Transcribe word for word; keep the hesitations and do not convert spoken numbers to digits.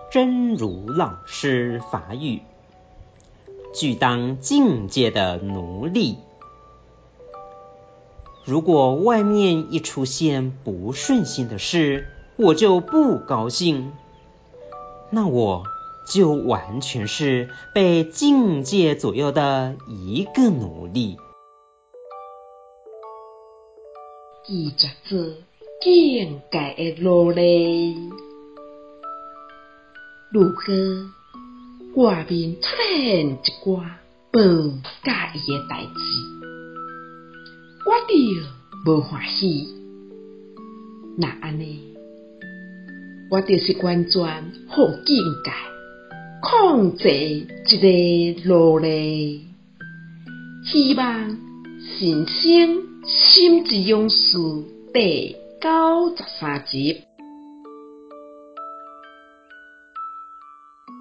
真如老师法语，拒当境界的奴隶。如果外面一出现不顺心的事，我就不高兴，那我就完全是被境界左右的一个奴隶。 记着做境界的奴隶。如果外面出现一寡不介意的代志，我就无欢喜，那安尼，我就是完全互境界控制一个奴隶。希望新生心之勇士第九十三集。